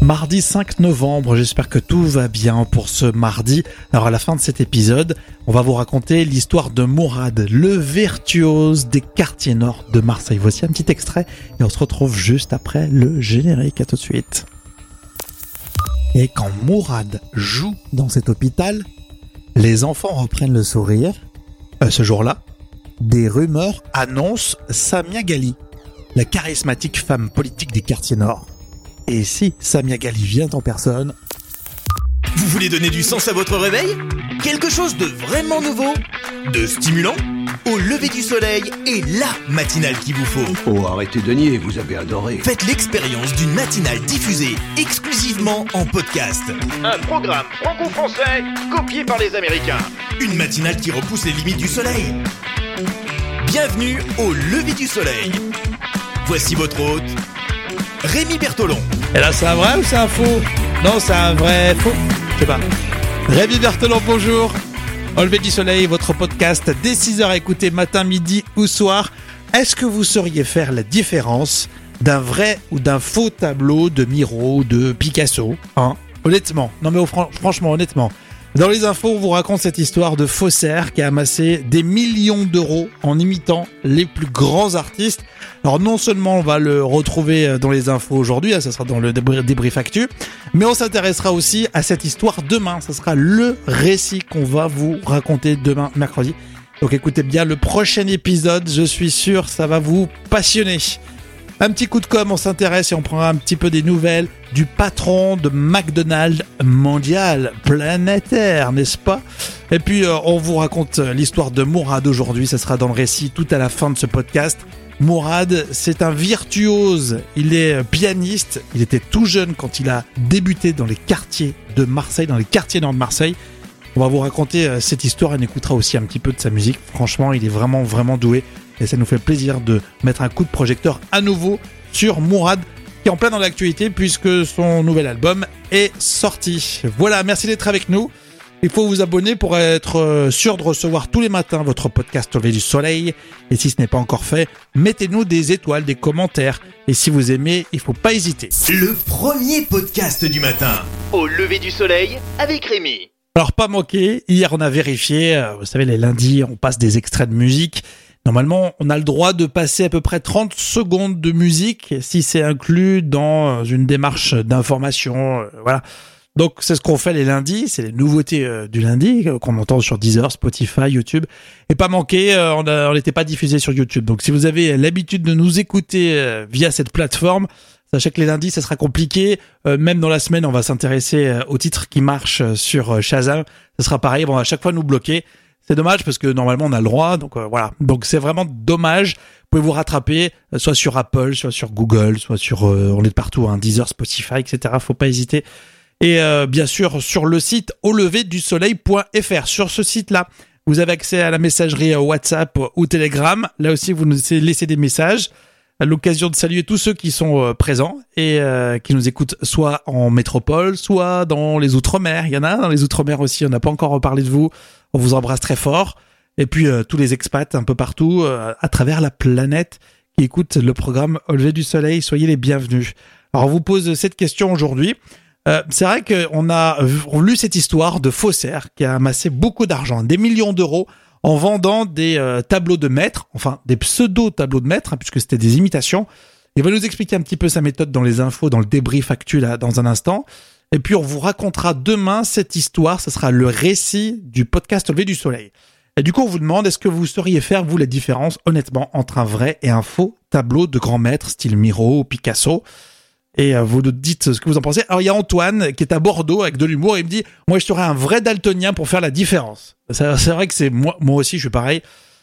Mardi 5 novembre, j'espère que tout va bien pour ce mardi. Alors à la fin de cet épisode, on va vous raconter l'histoire de Mourad, le virtuose des quartiers nord de Marseille. Voici un petit extrait et on se retrouve juste après le générique. À tout de suite. Et quand Mourad joue dans cet hôpital, les enfants reprennent le sourire. Ce jour-là, des rumeurs annoncent Samia Ghali, la charismatique femme politique des quartiers nord. Et si Samia Ghali vient en personne... Vous voulez donner du sens à votre réveil ? Quelque chose de vraiment nouveau ? De stimulant ? Au lever du soleil est la matinale qu'il vous faut. Oh, arrêtez de nier, vous avez adoré. Faites l'expérience d'une matinale diffusée exclusivement en podcast. Un programme franco-français copié par les Américains. Une matinale qui repousse les limites du soleil. Bienvenue au lever du soleil. Voici votre hôte, Rémi Bertolon. Et là, c'est un vrai ou c'est un faux ? Non, c'est un vrai faux. Je sais pas. Rémi Bertolon, bonjour. Au lever du soleil, votre podcast dès 6h à écouter matin, midi ou soir. Est-ce que vous sauriez faire la différence d'un vrai ou d'un faux tableau de Miro ou de Picasso ? Honnêtement. Non mais franchement, honnêtement. Dans les infos, on vous raconte cette histoire de faussaire qui a amassé des millions d'euros en imitant les plus grands artistes. Alors non seulement on va le retrouver dans les infos aujourd'hui, ça sera dans le débrief actu, mais on s'intéressera aussi à cette histoire demain. Ça sera le récit qu'on va vous raconter demain, mercredi. Donc écoutez bien le prochain épisode, je suis sûr ça va vous passionner. Un petit coup de com', on s'intéresse et on prendra un petit peu des nouvelles du patron de McDonald's mondial, planétaire, n'est-ce pas ? Et puis on vous raconte l'histoire de Mourad aujourd'hui, ça sera dans le récit tout à la fin de ce podcast. Mourad, c'est un virtuose, il est pianiste, il était tout jeune quand il a débuté dans les quartiers de Marseille, dans les quartiers nord de Marseille. On va vous raconter cette histoire et on écoutera aussi un petit peu de sa musique. Franchement, il est vraiment, vraiment doué. Et ça nous fait plaisir de mettre un coup de projecteur à nouveau sur Mourad, qui est en plein dans l'actualité puisque son nouvel album est sorti. Voilà, merci d'être avec nous. Il faut vous abonner pour être sûr de recevoir tous les matins votre podcast au lever du soleil. Et si ce n'est pas encore fait, mettez-nous des étoiles, des commentaires. Et si vous aimez, il ne faut pas hésiter. Le premier podcast du matin. Au lever du soleil avec Rémi. Alors pas manqué, hier on a vérifié, vous savez les lundis on passe des extraits de musique. Normalement, on a le droit de passer à peu près 30 secondes de musique si c'est inclus dans une démarche d'information. Voilà. Donc, c'est ce qu'on fait les lundis. C'est les nouveautés du lundi qu'on entend sur Deezer, Spotify, YouTube. Et pas manqué, on n'était pas diffusé sur YouTube. Donc, si vous avez l'habitude de nous écouter via cette plateforme, sachez que les lundis, ça sera compliqué. Même dans la semaine, on va s'intéresser aux titres qui marchent sur Shazam. Ça sera pareil, on va à chaque fois nous bloquer. C'est dommage parce que normalement on a le droit, donc voilà. Donc c'est vraiment dommage. Vous pouvez vous rattraper, soit sur Apple, soit sur Google, soit sur, on est partout, Deezer, Spotify, etc. Faut pas hésiter. Et bien sûr sur le site auleverdusoleil.fr. Sur ce site-là, vous avez accès à la messagerie WhatsApp ou Telegram. Là aussi, vous nous laissez des messages. À l'occasion de saluer tous ceux qui sont présents et qui nous écoutent soit en métropole, soit dans les Outre-mer. Il y en a dans les Outre-mer aussi, on n'a pas encore reparlé de vous. On vous embrasse très fort. Et puis tous les expats un peu partout à travers la planète qui écoutent le programme Au lever du soleil, soyez les bienvenus. Alors on vous pose cette question aujourd'hui. C'est vrai qu'on a lu cette histoire de faussaire qui a amassé beaucoup d'argent, des millions d'euros, en vendant des tableaux de maître, enfin des pseudo-tableaux de maître, puisque c'était des imitations. Il va nous expliquer un petit peu sa méthode dans les infos, dans le débrief actu là, dans un instant. Et puis on vous racontera demain cette histoire, ce sera le récit du podcast Au lever du soleil. Et du coup on vous demande, est-ce que vous sauriez faire, vous, la différence, honnêtement, entre un vrai et un faux tableau de grand maître, style Miro ou Picasso ? Et vous nous dites ce que vous en pensez. Alors il y a Antoine qui est à Bordeaux avec de l'humour, il me dit « Moi je serais un vrai daltonien pour faire la différence ». C'est vrai que c'est moi aussi je suis pareil,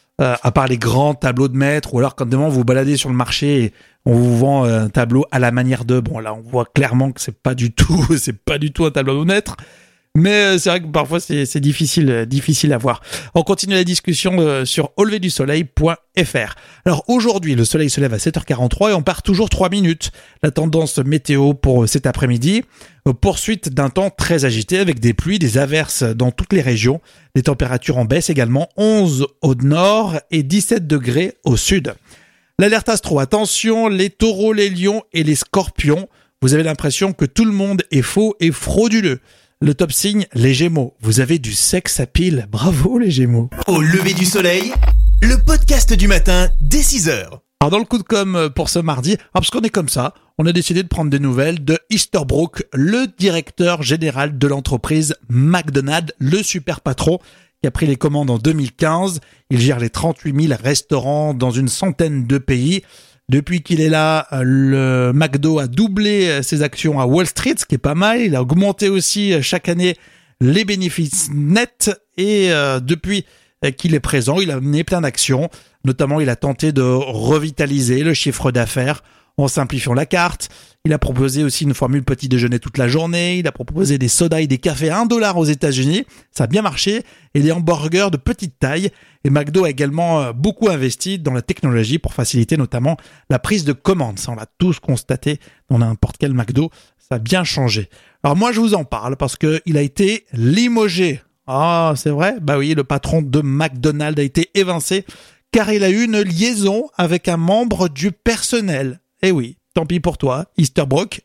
à part les grands tableaux de maître, ou alors quand vous vous baladez sur le marché et on vous vend un tableau à la manière de... Bon là on voit clairement que c'est pas du tout un tableau de maître. Mais c'est vrai que parfois c'est difficile à voir. On continue la discussion sur auleverdusoleil.fr. Alors aujourd'hui, le soleil se lève à 7h43 et on part toujours 3 minutes. La tendance météo pour cet après-midi, poursuite d'un temps très agité avec des pluies, des averses dans toutes les régions. Les températures en baisse également, 11 au nord et 17 degrés au sud. L'alerte astro, attention, les taureaux, les lions et les scorpions vous avez l'impression que tout le monde est faux et frauduleux. Le top signe, les Gémeaux. Vous avez du sex appeal. Bravo les Gémeaux. Au lever du soleil, le podcast du matin dès 6h. Alors dans le coup de com' pour ce mardi, parce qu'on est comme ça, on a décidé de prendre des nouvelles de Easterbrook, le directeur général de l'entreprise McDonald's, le super patron qui a pris les commandes en 2015. Il gère les 38 000 restaurants dans une centaine de pays. Depuis qu'il est là, le McDo a doublé ses actions à Wall Street, ce qui est pas mal. Il a augmenté aussi chaque année les bénéfices nets et depuis qu'il est présent, il a mené plein d'actions. Notamment, il a tenté de revitaliser le chiffre d'affaires en simplifiant la carte. Il a proposé aussi une formule petit déjeuner toute la journée. Il a proposé des sodas et des cafés à $1 aux États-Unis. Ça a bien marché. Et les hamburgers de petite taille. Et McDo a également beaucoup investi dans la technologie pour faciliter notamment la prise de commande. Ça, on l'a tous constaté dans n'importe quel McDo. Ça a bien changé. Alors moi, je vous en parle parce que il a été limogé. Ah, c'est vrai? Bah oui, le patron de McDonald's a été évincé car il a eu une liaison avec un membre du personnel. Eh oui, tant pis pour toi, Easterbrook.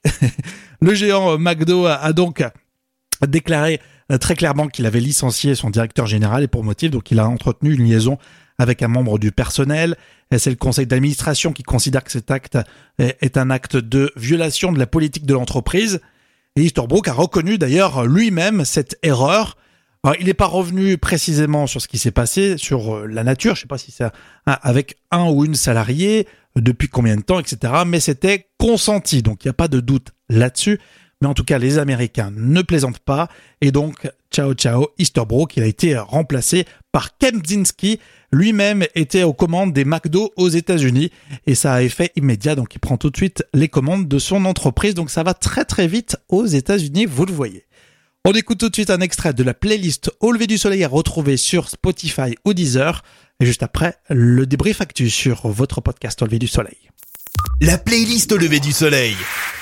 Le géant McDo a donc déclaré très clairement qu'il avait licencié son directeur général et pour motif, donc il a entretenu une liaison avec un membre du personnel. Et c'est le conseil d'administration qui considère que cet acte est un acte de violation de la politique de l'entreprise. Et Easterbrook a reconnu d'ailleurs lui-même cette erreur. Alors, il n'est pas revenu précisément sur ce qui s'est passé, sur la nature, je sais pas si c'est avec un ou une salariée, depuis combien de temps, etc. Mais c'était consenti, donc il n'y a pas de doute là-dessus. Mais en tout cas, les Américains ne plaisantent pas. Et donc, ciao, Easterbrook, il a été remplacé par Kempczynski. Lui-même était aux commandes des McDo aux États-Unis. Et ça a effet immédiat, donc il prend tout de suite les commandes de son entreprise. Donc ça va très très vite aux États-Unis, vous le voyez. On écoute tout de suite un extrait de la playlist Au lever du soleil à retrouver sur Spotify ou Deezer. Et juste après, le débrief actu sur votre podcast Au lever du soleil. La playlist Au lever du soleil.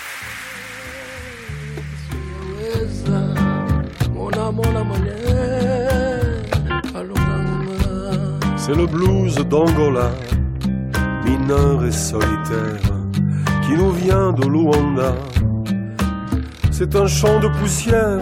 C'est le blues d'Angola, mineur et solitaire, qui nous vient de Luanda. C'est un champ de poussière.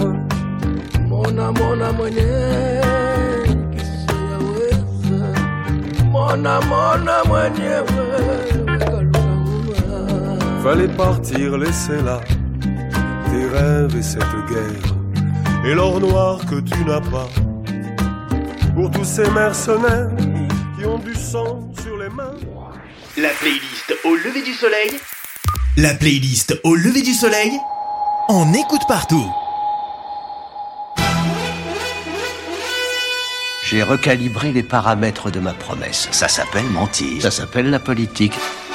Fallait partir, laisser là tes rêves et cette guerre et l'or noir que tu n'as pas. Pour tous ces mercenaires qui ont du sang sur les mains. La playlist Au lever du soleil. La playlist Au lever du soleil. On écoute partout. J'ai recalibré les paramètres de ma promesse. Ça s'appelle mentir. Ça s'appelle la politique.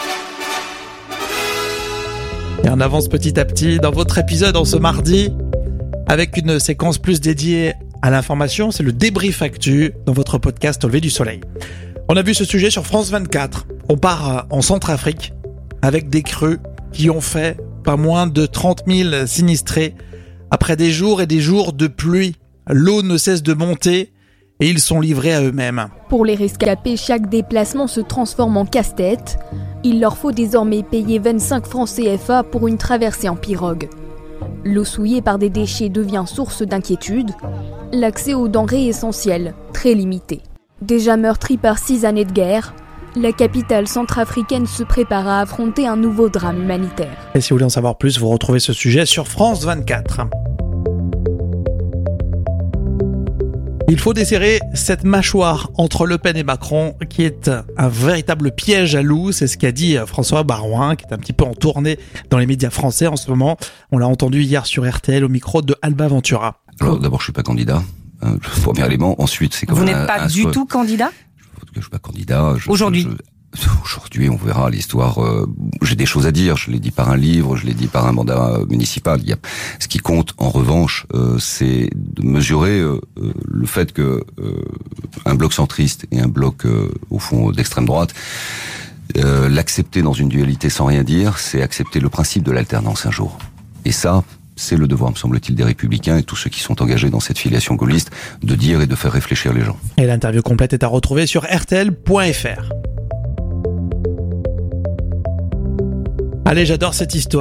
Et on avance petit à petit dans votre épisode en ce mardi avec une séquence plus dédiée à l'information. C'est le débrief actu dans votre podcast Au lever du soleil. On a vu ce sujet sur France 24. On part en Centrafrique avec des crues qui ont fait pas moins de 30 000 sinistrés. Après des jours et des jours de pluie, l'eau ne cesse de monter et ils sont livrés à eux-mêmes. Pour les rescapés, chaque déplacement se transforme en casse-tête. Il leur faut désormais payer 25 francs CFA pour une traversée en pirogue. L'eau souillée par des déchets devient source d'inquiétude. L'accès aux denrées essentielles, très limité. Déjà meurtrie par 6 années de guerre, la capitale centrafricaine se prépare à affronter un nouveau drame humanitaire. Et si vous voulez en savoir plus, vous retrouvez ce sujet sur France 24. Il faut desserrer cette mâchoire entre Le Pen et Macron qui est un véritable piège à loups. C'est ce qu'a dit François Baroin, qui est un petit peu en tournée dans les médias français en ce moment. On l'a entendu hier sur RTL au micro de Alba Ventura. Alors d'abord, je suis pas candidat. Premier élément. Ensuite, c'est comme vous n'êtes pas du tout candidat ? Je suis pas candidat. Aujourd'hui, on verra l'histoire. J'ai des choses à dire. Je l'ai dit par un livre, je l'ai dit par un mandat municipal. Ce qui compte, en revanche, c'est de mesurer le fait que un bloc centriste et un bloc au fond d'extrême droite, l'accepter dans une dualité sans rien dire, c'est accepter le principe de l'alternance un jour. Et ça, c'est le devoir, me semble-t-il, des Républicains et tous ceux qui sont engagés dans cette filiation gaulliste, de dire et de faire réfléchir les gens. Et l'interview complète est à retrouver sur rtl.fr. Allez, j'adore cette histoire.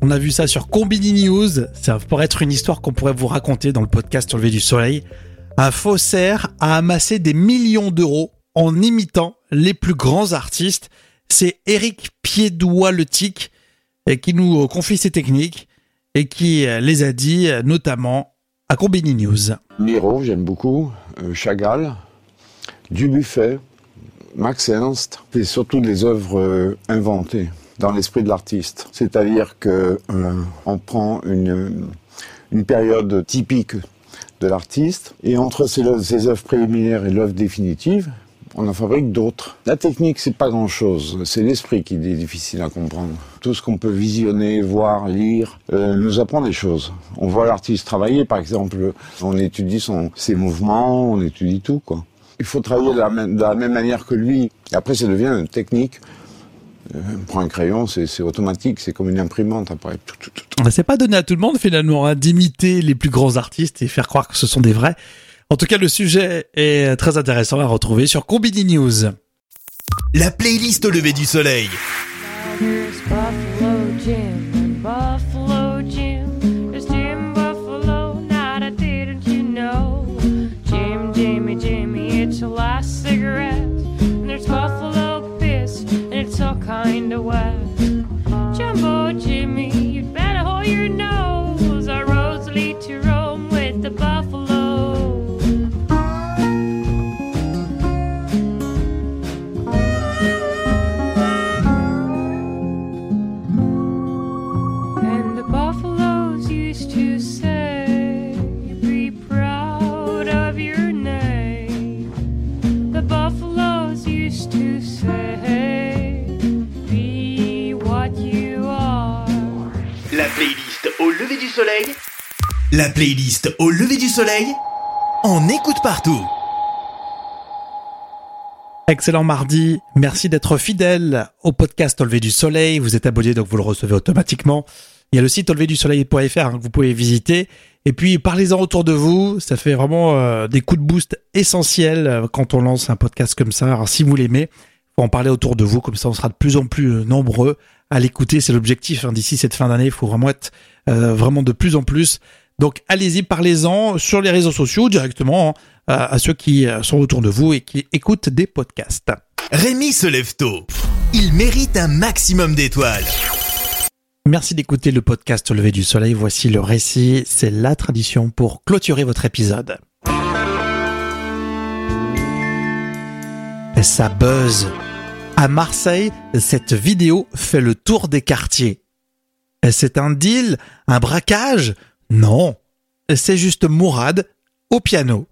On a vu ça sur Combini News. Ça pourrait être une histoire qu'on pourrait vous raconter dans le podcast Au lever du soleil. Un faussaire a amassé des millions d'euros en imitant les plus grands artistes. C'est Eric Piédois-Le-Tic qui nous confie ses techniques et qui les a dit notamment à Combini News. Miro, j'aime beaucoup. Chagall, Dubuffet, Max Ernst. C'est surtout des œuvres inventées dans l'esprit de l'artiste. C'est-à-dire que on prend une période typique de l'artiste et entre ses œuvres préliminaires et l'œuvre définitive, on en fabrique d'autres. La technique, c'est pas grand-chose. C'est l'esprit qui est difficile à comprendre. Tout ce qu'on peut visionner, voir, lire, nous apprend des choses. On voit l'artiste travailler, par exemple. On étudie ses mouvements, on étudie tout, quoi. Il faut travailler de la même manière que lui. Et après, ça devient une technique. On prend un crayon, c'est automatique, c'est comme une imprimante après. C'est pas donné à tout le monde finalement d'imiter les plus grands artistes et faire croire que ce sont des vrais. En tout cas, le sujet est très intéressant à retrouver sur Combini News. La playlist au lever du soleil. Kind of wet. Jumbo Jimmy, you'd better hold your nose. Our roads lead to Rome with the buffalo. And the buffaloes used to say, be proud of your name. The buffaloes used to say, la playlist au lever du soleil. La playlist au lever du soleil. On écoute partout. Excellent mardi. Merci d'être fidèle au podcast Au lever du soleil. Vous êtes abonné, donc vous le recevez automatiquement. Il y a le site auleverdusoleil.fr que vous pouvez visiter. Et puis, parlez-en autour de vous. Ça fait vraiment des coups de boost essentiels quand on lance un podcast comme ça. Alors, si vous l'aimez, faut en parler autour de vous. Comme ça, on sera de plus en plus nombreux à l'écouter. C'est l'objectif. D'ici cette fin d'année, il faut vraiment être vraiment de plus en plus. Donc, allez-y, parlez-en sur les réseaux sociaux directement à ceux qui sont autour de vous et qui écoutent des podcasts. Rémi se lève tôt. Il mérite un maximum d'étoiles. Merci d'écouter le podcast Au lever du soleil. Voici le récit. C'est la tradition pour clôturer votre épisode. Ça buzz. À Marseille, cette vidéo fait le tour des quartiers. C'est un deal? Un braquage? Non. C'est juste Mourad au piano.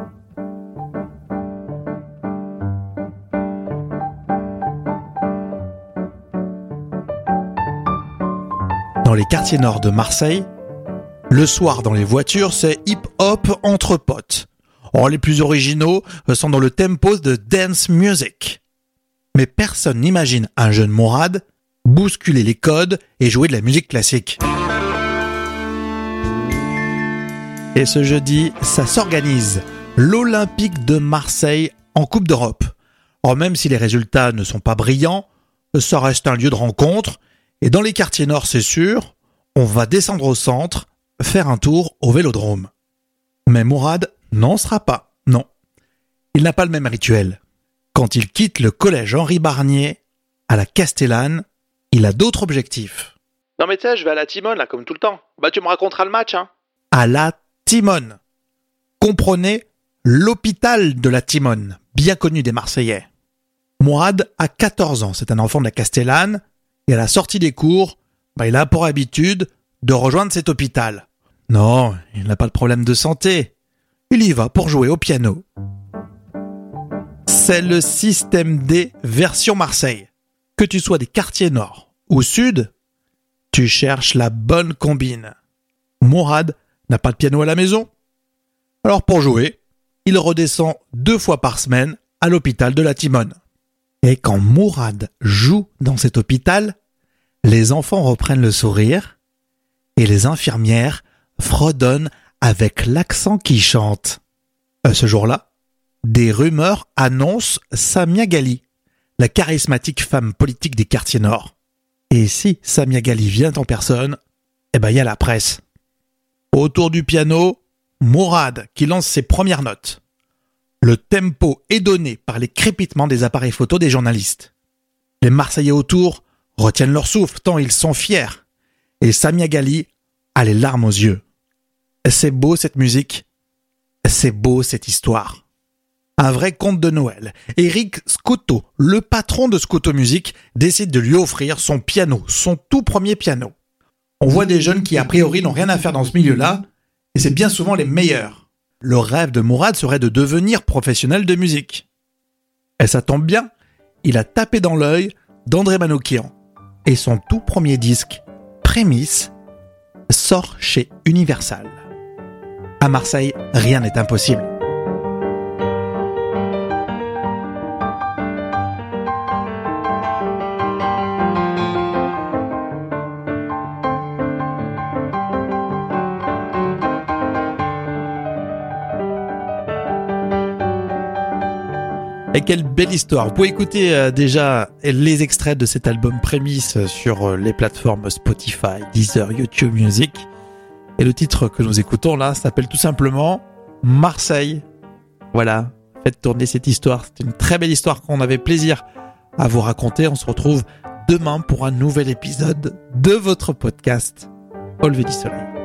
Dans les quartiers nord de Marseille, le soir dans les voitures, c'est hip-hop entre potes. Oh, les plus originaux sont dans le tempo de dance music. Mais personne n'imagine un jeune Mourad bousculer les codes et jouer de la musique classique. Et ce jeudi, ça s'organise. L'Olympique de Marseille en Coupe d'Europe. Or, même si les résultats ne sont pas brillants, ça reste un lieu de rencontre. Et dans les quartiers nord, c'est sûr, on va descendre au centre, faire un tour au Vélodrome. Mais Mourad n'en sera pas, non. Il n'a pas le même rituel. Quand il quitte le collège Henri Barnier, à la Castellane, il a d'autres objectifs. Non mais tu sais, je vais à la Timone, là, comme tout le temps. Bah tu me raconteras le match, hein. À la Timone. Comprenez l'hôpital de la Timone, bien connu des Marseillais. Mourad a 14 ans, c'est un enfant de la Castellane, et à la sortie des cours, il a pour habitude de rejoindre cet hôpital. Non, il n'a pas de problème de santé. Il y va pour jouer au piano. C'est le système D version Marseille. Que tu sois des quartiers nord ou sud, tu cherches la bonne combine. Mourad n'a pas de piano à la maison. Alors pour jouer, il redescend 2 fois par semaine à l'hôpital de la Timone. Et quand Mourad joue dans cet hôpital, les enfants reprennent le sourire et les infirmières fredonnent avec l'accent qui chante. Ce jour-là, des rumeurs annoncent Samia Ghali, la charismatique femme politique des quartiers nord. Et si Samia Ghali vient en personne, il y a la presse. Autour du piano, Mourad qui lance ses premières notes. Le tempo est donné par les crépitements des appareils photo des journalistes. Les Marseillais autour retiennent leur souffle tant ils sont fiers. Et Samia Ghali a les larmes aux yeux. C'est beau cette musique, c'est beau cette histoire. Un vrai conte de Noël. Eric Scotto, le patron de Scotto Music, décide de lui offrir son piano, son tout premier piano. On voit des jeunes qui a priori n'ont rien à faire dans ce milieu-là, et c'est bien souvent les meilleurs. Le rêve de Mourad serait de devenir professionnel de musique. Et ça tombe bien, il a tapé dans l'œil d'André Manoukian. Et son tout premier disque, Prémisse, sort chez Universal. À Marseille, rien n'est impossible. Et quelle belle histoire. Vous pouvez écouter déjà les extraits de cet album Prémisse sur les plateformes Spotify, Deezer, YouTube Music. Et le titre que nous écoutons là s'appelle tout simplement Marseille. Voilà, faites tourner cette histoire. C'est une très belle histoire qu'on avait plaisir à vous raconter. On se retrouve demain pour un nouvel épisode de votre podcast Au lever du soleil.